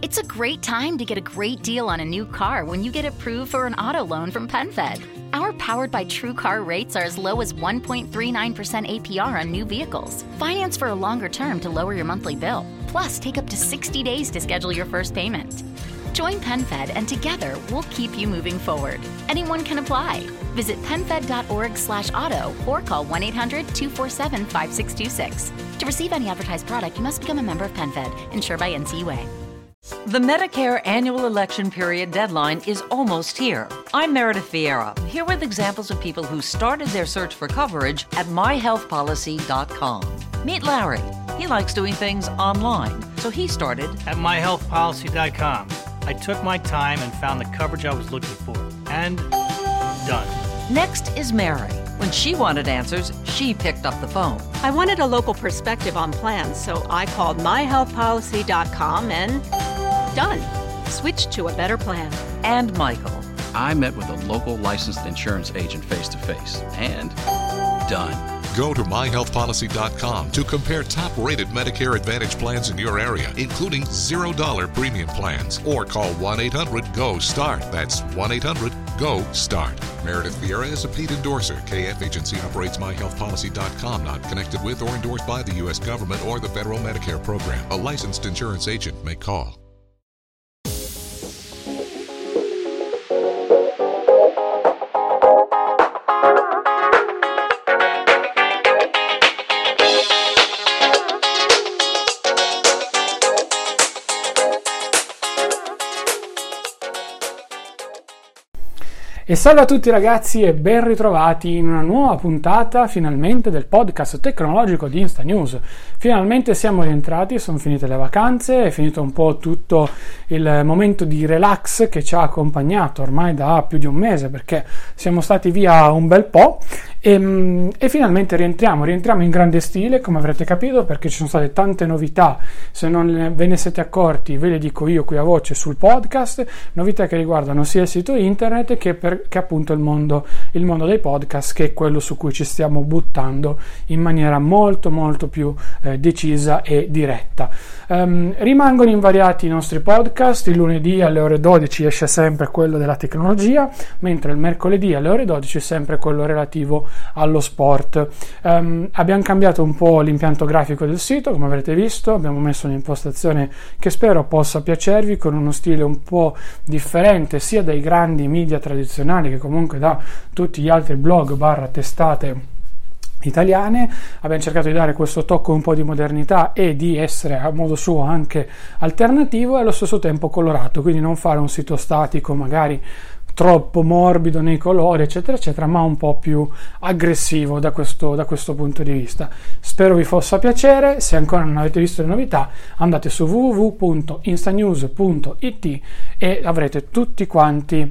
It's a great time to get a great deal on a new car when you get approved for an auto loan from PenFed. Our Powered by True Car rates are as low as 1.39% APR on new vehicles. Finance for a longer term to lower your monthly bill. Plus, take up to 60 days to schedule your first payment. Join PenFed and together we'll keep you moving forward. Anyone can apply. Visit PenFed.org/auto or call 1-800-247-5626. To receive any advertised product, you must become a member of PenFed, insured by NCUA. The Medicare annual election period deadline is almost here. I'm Meredith Vieira, here with examples of people who started their search for coverage at myhealthpolicy.com. Meet Larry. He likes doing things online, so he started at myhealthpolicy.com. I took my time and found the coverage I was looking for. And done. Next is Mary. When she wanted answers, she picked up the phone. I wanted a local perspective on plans, so I called myhealthpolicy.com and done. Switched to a better plan. And Michael. I met with a local licensed insurance agent face-to-face. And done. Go to myhealthpolicy.com to compare top-rated Medicare Advantage plans in your area, including $0 premium plans. Or call 1-800-GO-START. That's 1-800-GO-START. Meredith Vieira is a paid endorser. KF Agency operates myhealthpolicy.com, not connected with or endorsed by the U.S. government or the federal Medicare program. A licensed insurance agent may call. E salve a tutti ragazzi e ben ritrovati in una nuova puntata finalmente del podcast tecnologico di Instanews. Finalmente siamo rientrati, sono finite le vacanze, è finito un po' tutto il momento di relax che ci ha accompagnato ormai da più di un mese, perché siamo stati via un bel po' e finalmente rientriamo in grande stile, come avrete capito, perché ci sono state tante novità. Se non ve ne siete accorti ve le dico io qui a voce sul podcast, novità che riguardano sia il sito internet che appunto il mondo dei podcast, che è quello su cui ci stiamo buttando in maniera molto molto più decisa e diretta. Rimangono invariati i nostri podcast. Il lunedì alle ore 12 esce sempre quello della tecnologia, mentre il mercoledì alle ore 12 è sempre quello relativo allo sport. Abbiamo cambiato un po' l'impianto grafico del sito, come avrete visto, abbiamo messo un'impostazione che spero possa piacervi, con uno stile un po' differente sia dai grandi media tradizionali che comunque da tutti gli altri blog / testate italiane. Abbiamo cercato di dare questo tocco un po' di modernità e di essere a modo suo anche alternativo e allo stesso tempo colorato, quindi non fare un sito statico magari troppo morbido nei colori eccetera eccetera, ma un po' più aggressivo da questo punto di vista. Spero vi possa piacere. Se ancora non avete visto le novità, andate su www.instanews.it e avrete tutti quanti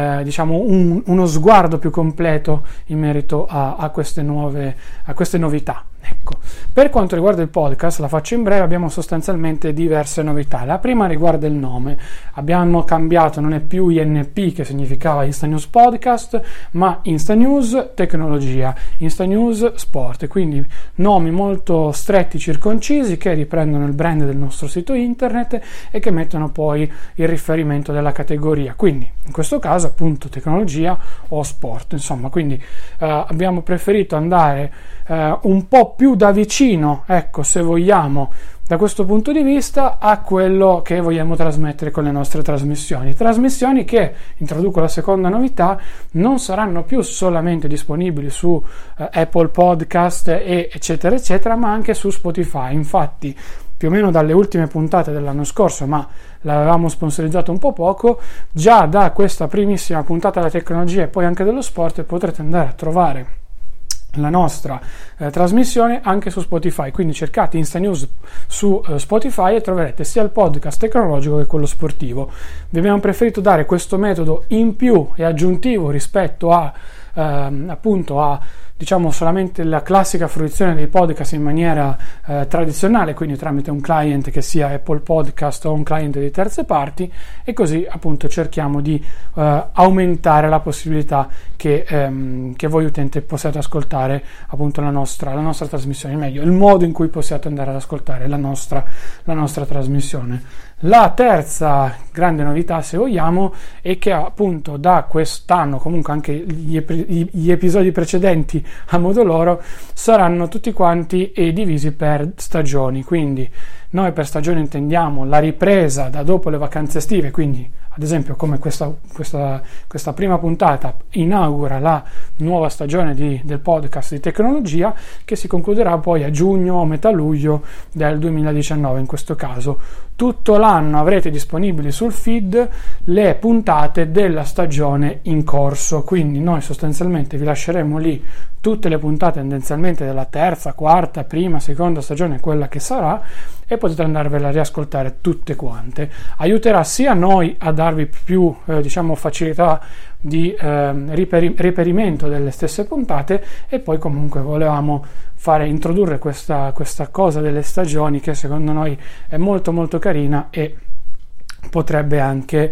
uno sguardo più completo in merito a queste novità. Ecco, per quanto riguarda il podcast, la faccio in breve, abbiamo sostanzialmente diverse novità. La prima riguarda il nome. Abbiamo cambiato, non è più INP che significava Instanews Podcast, ma Instanews Tecnologia, Instanews Sport, quindi nomi molto stretti, circoncisi, che riprendono il brand del nostro sito internet e che mettono poi il riferimento della categoria, quindi in questo caso appunto tecnologia o sport, insomma. Quindi abbiamo preferito andare un po' più da vicino, ecco, se vogliamo, da questo punto di vista, a quello che vogliamo trasmettere con le nostre trasmissioni che, introduco la seconda novità, non saranno più solamente disponibili su Apple Podcast e eccetera eccetera, ma anche su Spotify. Infatti più o meno dalle ultime puntate dell'anno scorso, ma l'avevamo sponsorizzato un po' poco, già da questa primissima puntata della tecnologia e poi anche dello sport potrete andare a trovare la nostra trasmissione anche su Spotify. Quindi cercate Instanews su Spotify e troverete sia il podcast tecnologico che quello sportivo. Vi abbiamo preferito dare questo metodo in più e aggiuntivo rispetto a diciamo solamente la classica fruizione dei podcast in maniera tradizionale, quindi tramite un client che sia Apple Podcast o un client di terze parti, e così appunto cerchiamo di aumentare la possibilità che voi utenti possiate ascoltare appunto la nostra trasmissione, meglio il modo in cui possiate andare ad ascoltare la nostra trasmissione. La terza grande novità, se vogliamo, è che appunto da quest'anno, comunque anche gli episodi precedenti a modo loro, saranno tutti quanti divisi per stagioni. Quindi noi per stagione intendiamo la ripresa da dopo le vacanze estive, quindi ad esempio come questa prima puntata inaugura la nuova stagione del podcast di tecnologia, che si concluderà poi a giugno o metà luglio del 2019. In questo caso tutto l'anno avrete disponibili sul feed le puntate della stagione in corso, quindi noi sostanzialmente vi lasceremo lì tutte le puntate tendenzialmente della terza, quarta, prima, seconda stagione, quella che sarà, e potete andarvela a riascoltare tutte quante. Aiuterà sia noi a darvi più facilità di reperimento delle stesse puntate, e poi comunque volevamo introdurre questa cosa delle stagioni, che secondo noi è molto molto carina e potrebbe anche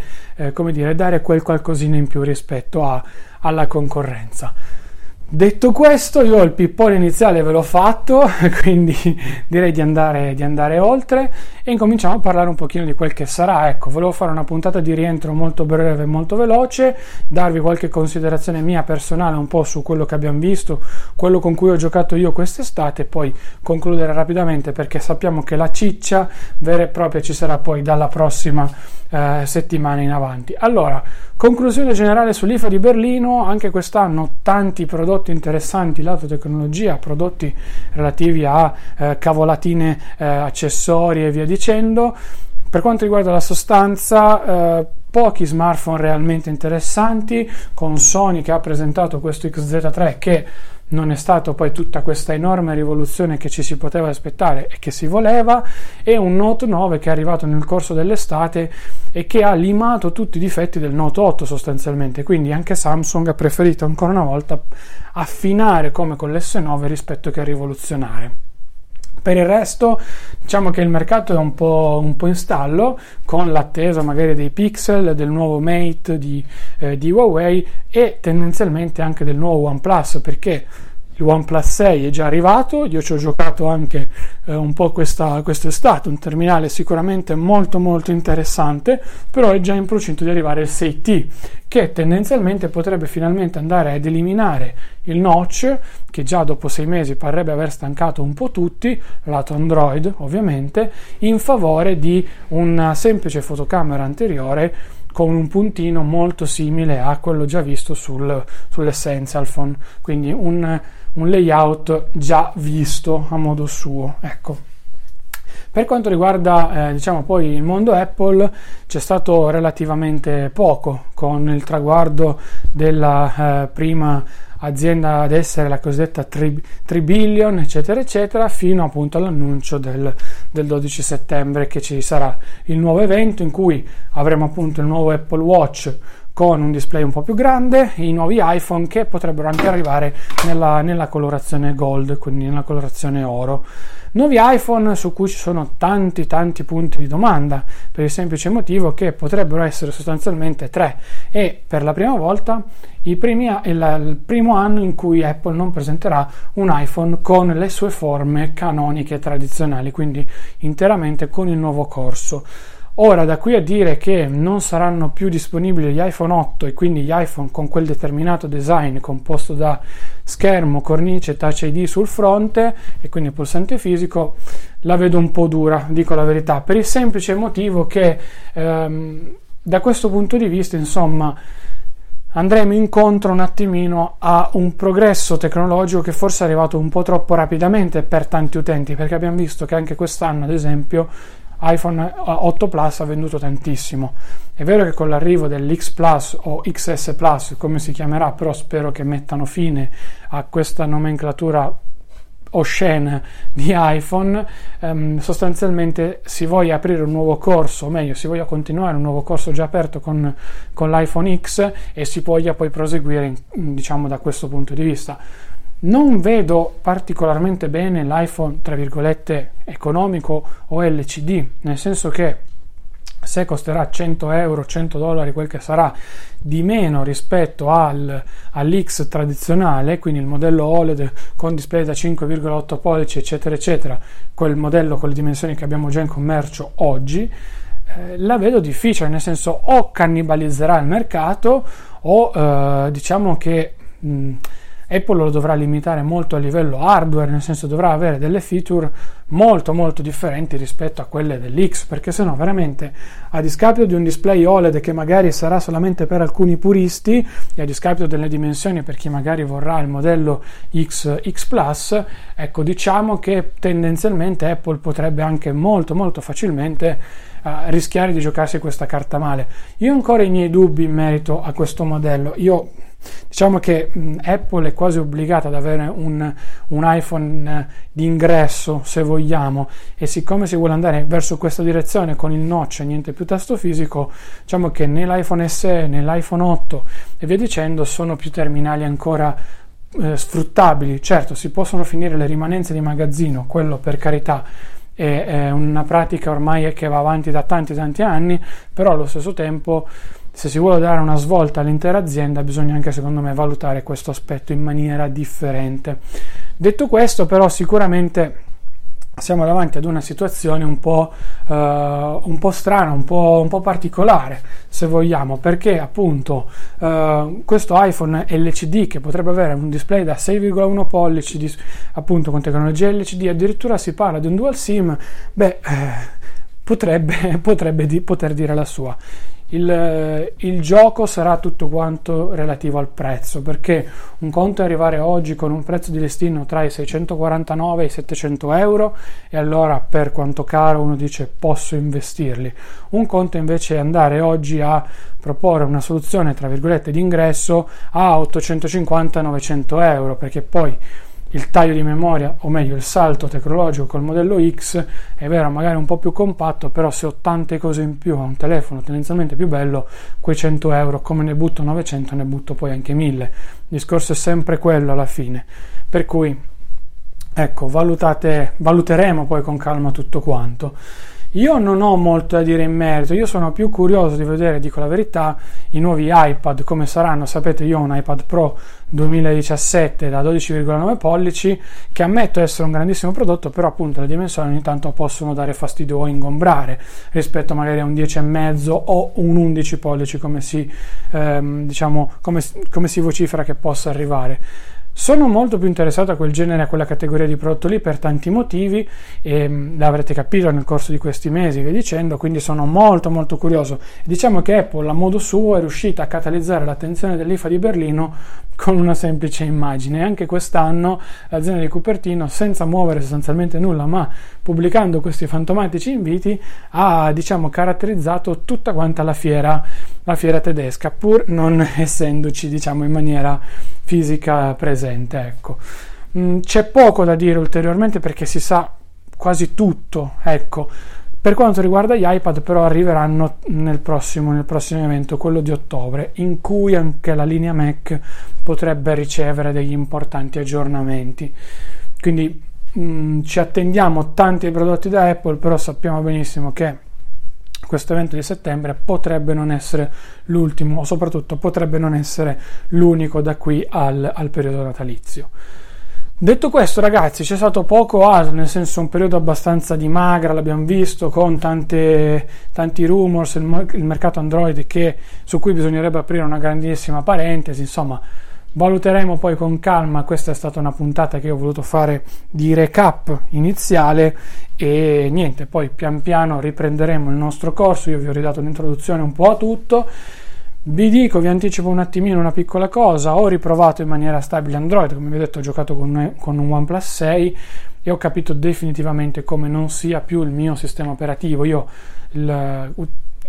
dare quel qualcosina in più rispetto alla concorrenza. Detto questo, io il pippone iniziale ve l'ho fatto, quindi direi di andare oltre e incominciamo a parlare un pochino di quel che sarà. Ecco, volevo fare una puntata di rientro molto breve e molto veloce, darvi qualche considerazione mia personale un po' su quello che abbiamo visto, quello con cui ho giocato io quest'estate, e poi concludere rapidamente, perché sappiamo che la ciccia vera e propria ci sarà poi dalla prossima settimana in avanti. Allora, conclusione generale sull'IFA di Berlino: anche quest'anno tanti prodotti interessanti lato tecnologia, prodotti relativi a cavolatine, accessori e via dicendo. Per quanto riguarda la sostanza, pochi smartphone realmente interessanti, con Sony che ha presentato questo XZ3 che non è stato poi tutta questa enorme rivoluzione che ci si poteva aspettare e che si voleva, e un Note 9 che è arrivato nel corso dell'estate e che ha limato tutti i difetti del Note 8 sostanzialmente. Quindi anche Samsung ha preferito ancora una volta affinare come con l'S9 rispetto che rivoluzionare. Per il resto diciamo che il mercato è un po' in stallo, con l'attesa magari dei Pixel, del nuovo Mate di Huawei e tendenzialmente anche del nuovo OnePlus, perché il OnePlus 6 è già arrivato. Io ci ho giocato anche un po' quest'estate, un terminale sicuramente molto molto interessante, però è già in procinto di arrivare il 6T, che tendenzialmente potrebbe finalmente andare ad eliminare il notch, che già dopo 6 mesi parrebbe aver stancato un po' tutti, lato Android ovviamente, in favore di una semplice fotocamera anteriore con un puntino molto simile a quello già visto sull'Essential Phone, quindi un layout già visto a modo suo. Ecco. Per quanto riguarda poi il mondo Apple, c'è stato relativamente poco, con il traguardo della prima azienda ad essere la cosiddetta 3 billion eccetera eccetera, fino appunto all'annuncio del 12 settembre che ci sarà il nuovo evento in cui avremo appunto il nuovo Apple Watch con un display un po' più grande, i nuovi iPhone che potrebbero anche arrivare nella colorazione gold, quindi nella colorazione oro. Nuovi iPhone su cui ci sono tanti punti di domanda, per il semplice motivo che potrebbero essere sostanzialmente 3, e per la prima volta il primo anno in cui Apple non presenterà un iPhone con le sue forme canoniche tradizionali, quindi interamente con il nuovo corso. Ora, da qui a dire che non saranno più disponibili gli iPhone 8 e quindi gli iPhone con quel determinato design composto da schermo, cornice, Touch ID sul fronte e quindi pulsante fisico, la vedo un po' dura, dico la verità, per il semplice motivo che da questo punto di vista, insomma, andremo incontro un attimino a un progresso tecnologico che forse è arrivato un po' troppo rapidamente per tanti utenti, perché abbiamo visto che anche quest'anno, ad esempio, iPhone 8 Plus ha venduto tantissimo. È vero che con l'arrivo dell'X Plus o XS Plus, come si chiamerà, però spero che mettano fine a questa nomenclatura oscena di iPhone, sostanzialmente si voglia aprire un nuovo corso, o meglio si voglia continuare un nuovo corso già aperto con l'iPhone X e si voglia poi proseguire diciamo da questo punto di vista. Non vedo particolarmente bene l'iPhone, tra virgolette, economico o LCD, nel senso che se costerà 100 euro, 100 dollari, quel che sarà, di meno rispetto all'X tradizionale, quindi il modello OLED con display da 5,8 pollici eccetera eccetera, quel modello con le dimensioni che abbiamo già in commercio oggi, la vedo difficile, nel senso o cannibalizzerà il mercato o diciamo che Apple lo dovrà limitare molto a livello hardware, nel senso dovrà avere delle feature molto molto differenti rispetto a quelle dell'X, perché sennò veramente, a discapito di un display OLED che magari sarà solamente per alcuni puristi e a discapito delle dimensioni per chi magari vorrà il modello X Plus, ecco, diciamo che tendenzialmente Apple potrebbe anche molto molto facilmente rischiare di giocarsi questa carta male. Io ho ancora i miei dubbi in merito a questo modello. Diciamo che Apple è quasi obbligata ad avere un iPhone di ingresso, se vogliamo, e siccome si vuole andare verso questa direzione con il notch e niente più tasto fisico, diciamo che né l'iPhone SE né l'iPhone 8 e via dicendo sono più terminali ancora sfruttabili. Certo, si possono finire le rimanenze di magazzino, quello per carità è una pratica ormai che va avanti da tanti anni, però allo stesso tempo, se si vuole dare una svolta all'intera azienda, bisogna anche, secondo me, valutare questo aspetto in maniera differente. Detto questo, però, sicuramente siamo davanti ad una situazione un po' strana, un po' particolare, se vogliamo, perché appunto questo iPhone LCD, che potrebbe avere un display da 6,1 pollici appunto con tecnologia LCD, addirittura si parla di un dual SIM, potrebbe poter dire la sua. Il gioco sarà tutto quanto relativo al prezzo, perché un conto è arrivare oggi con un prezzo di listino tra i 649 e i 700 euro e allora, per quanto caro, uno dice posso investirli. Un conto invece è andare oggi a proporre una soluzione tra virgolette di ingresso a 850-900 euro, perché poi il taglio di memoria, o meglio il salto tecnologico col modello X, è vero, magari un po' più compatto, però se ho tante cose in più a un telefono tendenzialmente più bello, quei 100 euro, come ne butto 900, ne butto poi anche 1000. Il discorso è sempre quello alla fine, per cui ecco, valuteremo poi con calma tutto quanto. Io non ho molto da dire in merito, io sono più curioso di vedere, dico la verità, i nuovi iPad come saranno. Sapete, io ho un iPad Pro 2017 da 12,9 pollici che ammetto essere un grandissimo prodotto, però appunto le dimensioni ogni tanto possono dare fastidio o ingombrare rispetto magari a un 10,5 o un 11 pollici come si vocifera che possa arrivare. Sono molto più interessato a quel genere, a quella categoria di prodotto lì, per tanti motivi, e l'avrete capito nel corso di questi mesi, via dicendo, quindi sono molto molto curioso. Diciamo che Apple a modo suo è riuscita a catalizzare l'attenzione dell'IFA di Berlino con una semplice immagine. Anche quest'anno l'azienda di Cupertino, senza muovere sostanzialmente nulla, ma pubblicando questi fantomatici inviti, ha caratterizzato tutta quanta la fiera tedesca, pur non essendoci in maniera fisica presente. Ecco, c'è poco da dire ulteriormente perché si sa quasi tutto. Ecco, per quanto riguarda gli iPad, però, arriveranno nel prossimo evento, quello di ottobre, in cui anche la linea Mac potrebbe ricevere degli importanti aggiornamenti. Quindi ci attendiamo tanti prodotti da Apple, però sappiamo benissimo che questo evento di settembre potrebbe non essere l'ultimo, o soprattutto potrebbe non essere l'unico da qui al periodo natalizio. Detto questo, ragazzi, c'è stato poco altro, nel senso un periodo abbastanza di magra, l'abbiamo visto, con tanti rumors, il mercato Android su cui bisognerebbe aprire una grandissima parentesi. Insomma, valuteremo poi con calma. Questa è stata una puntata che ho voluto fare di recap iniziale e niente, poi pian piano riprenderemo il nostro corso. Io vi ho ridato un'introduzione un po' a tutto. Vi anticipo un attimino una piccola cosa: ho riprovato in maniera stabile Android, come vi ho detto, ho giocato con un OnePlus 6 e ho capito definitivamente come non sia più il mio sistema operativo. Io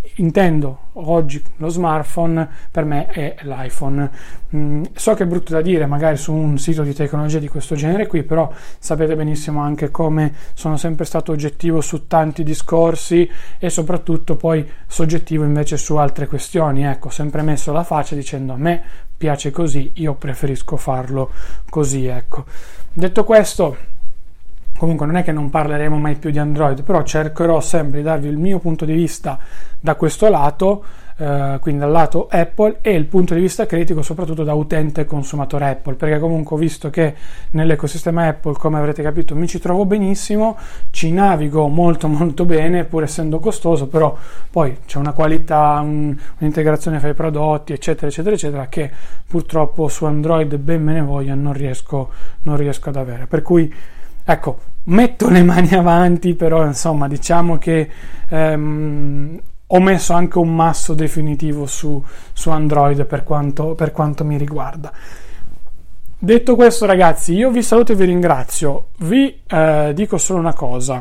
intendo oggi lo smartphone, per me è l'iPhone. So che è brutto da dire magari su un sito di tecnologia di questo genere qui, però sapete benissimo anche come sono sempre stato oggettivo su tanti discorsi e soprattutto poi soggettivo invece su altre questioni. Ecco, sempre messo la faccia dicendo a me piace così, io preferisco farlo così, ecco. Detto questo, comunque non è che non parleremo mai più di Android, però cercherò sempre di darvi il mio punto di vista da questo lato, quindi dal lato Apple, e il punto di vista critico soprattutto da utente e consumatore Apple, perché comunque ho visto che nell'ecosistema Apple, come avrete capito, mi ci trovo benissimo, ci navigo molto molto bene, pur essendo costoso, però poi c'è una qualità, un'integrazione fra i prodotti, eccetera eccetera eccetera, che purtroppo su Android, ben me ne voglia, non riesco ad avere. Per cui ecco, metto le mani avanti, però insomma diciamo che ho messo anche un masso definitivo su Android per quanto mi riguarda. Detto questo, ragazzi, io vi saluto e vi ringrazio. Vi dico solo una cosa: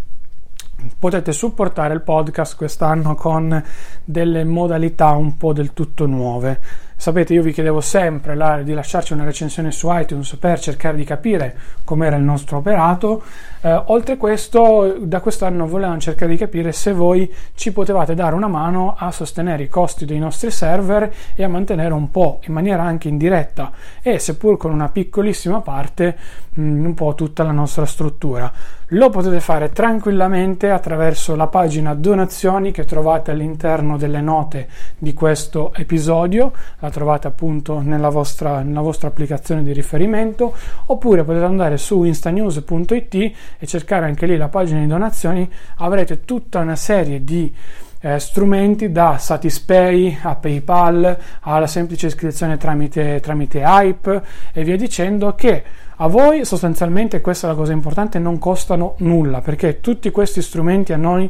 potete supportare il podcast quest'anno con delle modalità un po' del tutto nuove. Sapete, io vi chiedevo sempre di lasciarci una recensione su iTunes per cercare di capire com'era il nostro operato. Oltre questo, da quest'anno volevamo cercare di capire se voi ci potevate dare una mano a sostenere i costi dei nostri server e a mantenere un po', in maniera anche indiretta e seppur con una piccolissima parte, un po' tutta la nostra struttura. Lo potete fare tranquillamente attraverso la pagina donazioni che trovate all'interno delle note di questo episodio. La trovate appunto nella vostra applicazione di riferimento, oppure potete andare su instanews.it e cercare anche lì la pagina di donazioni. Avrete tutta una serie di strumenti, da Satispay a PayPal alla semplice iscrizione tramite Hype e via dicendo, che a voi sostanzialmente, questa è la cosa importante, non costano nulla, perché tutti questi strumenti a noi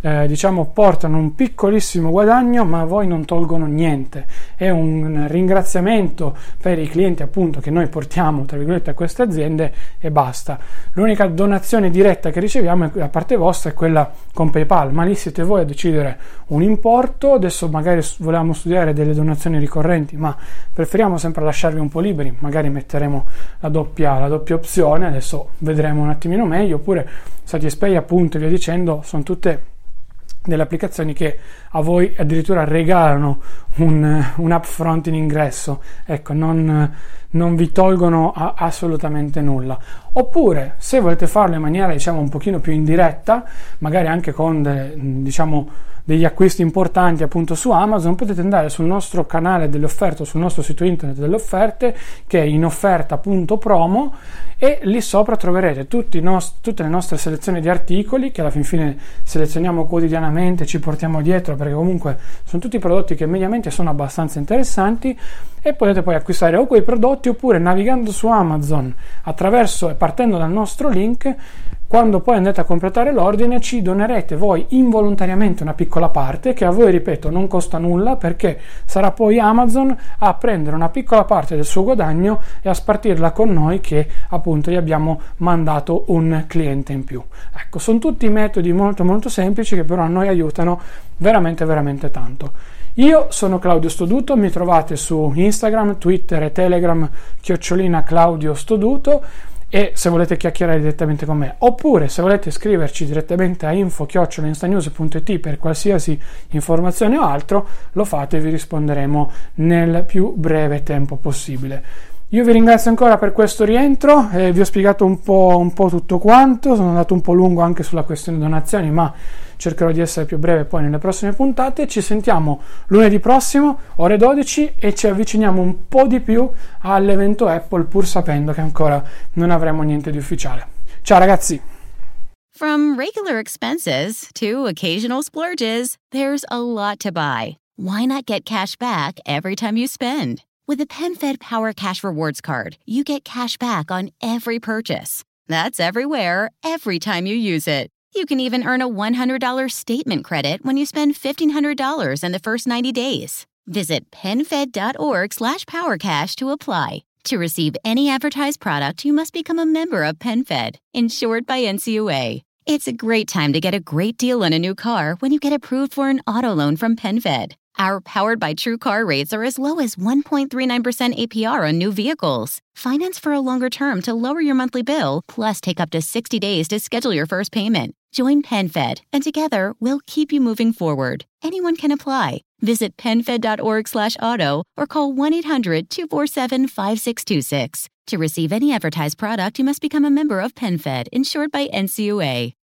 portano un piccolissimo guadagno, ma a voi non tolgono niente. È un ringraziamento per i clienti appunto che noi portiamo tra virgolette a queste aziende e basta. L'unica donazione diretta che riceviamo da parte vostra è quella con PayPal, ma lì siete voi a decidere un importo. Adesso magari volevamo studiare delle donazioni ricorrenti, ma preferiamo sempre lasciarvi un po' liberi, magari metteremo la doppia opzione, adesso vedremo un attimino meglio. Oppure Satispay appunto e via dicendo, sono tutte delle applicazioni che a voi addirittura regalano un upfront in ingresso, ecco, non vi tolgono assolutamente nulla. Oppure, se volete farlo in maniera un pochino più indiretta, magari anche con degli acquisti importanti appunto su Amazon, potete andare sul nostro canale delle offerte, sul nostro sito internet delle offerte, che è inofferta.promo, e lì sopra troverete tutte le nostre selezioni di articoli che alla fine selezioniamo quotidianamente, ci portiamo dietro, perché comunque sono tutti prodotti che mediamente sono abbastanza interessanti, e potete poi acquistare o quei prodotti oppure navigando su Amazon attraverso e partendo dal nostro link. Quando poi andate a completare l'ordine ci donerete voi involontariamente una piccola parte che a voi, ripeto, non costa nulla, perché sarà poi Amazon a prendere una piccola parte del suo guadagno e a spartirla con noi che appunto gli abbiamo mandato un cliente in più. Ecco, sono tutti metodi molto molto semplici che però a noi aiutano veramente veramente tanto. Io sono Claudio Stoduto, mi trovate su Instagram, Twitter e Telegram @Claudio Stoduto. E se volete chiacchierare direttamente con me, oppure se volete scriverci direttamente a info@instanews.it per qualsiasi informazione o altro, lo fate e vi risponderemo nel più breve tempo possibile. Io vi ringrazio ancora per questo rientro, vi ho spiegato un po' tutto quanto, sono andato un po' lungo anche sulla questione donazioni, ma cercherò di essere più breve poi nelle prossime puntate. Ci sentiamo lunedì prossimo, ore 12, e ci avviciniamo un po' di più all'evento Apple, pur sapendo che ancora non avremo niente di ufficiale. Ciao ragazzi! From regular expenses to occasional splurges, there's a lot to buy. Why not get cash back every time you spend? With the PenFed Power Cash Rewards Card, you get cash back on every purchase. That's everywhere, every time you use it. You can even earn a $100 statement credit when you spend $1,500 in the first 90 days. Visit PenFed.org/PowerCash to apply. To receive any advertised product, you must become a member of PenFed, insured by NCUA. It's a great time to get a great deal on a new car when you get approved for an auto loan from PenFed. Our Powered by True Car rates are as low as 1.39% APR on new vehicles. Finance for a longer term to lower your monthly bill, plus take up to 60 days to schedule your first payment. Join PenFed, and together we'll keep you moving forward. Anyone can apply. Visit PenFed.org/auto or call 1-800-247-5626. To receive any advertised product, you must become a member of PenFed, insured by NCUA.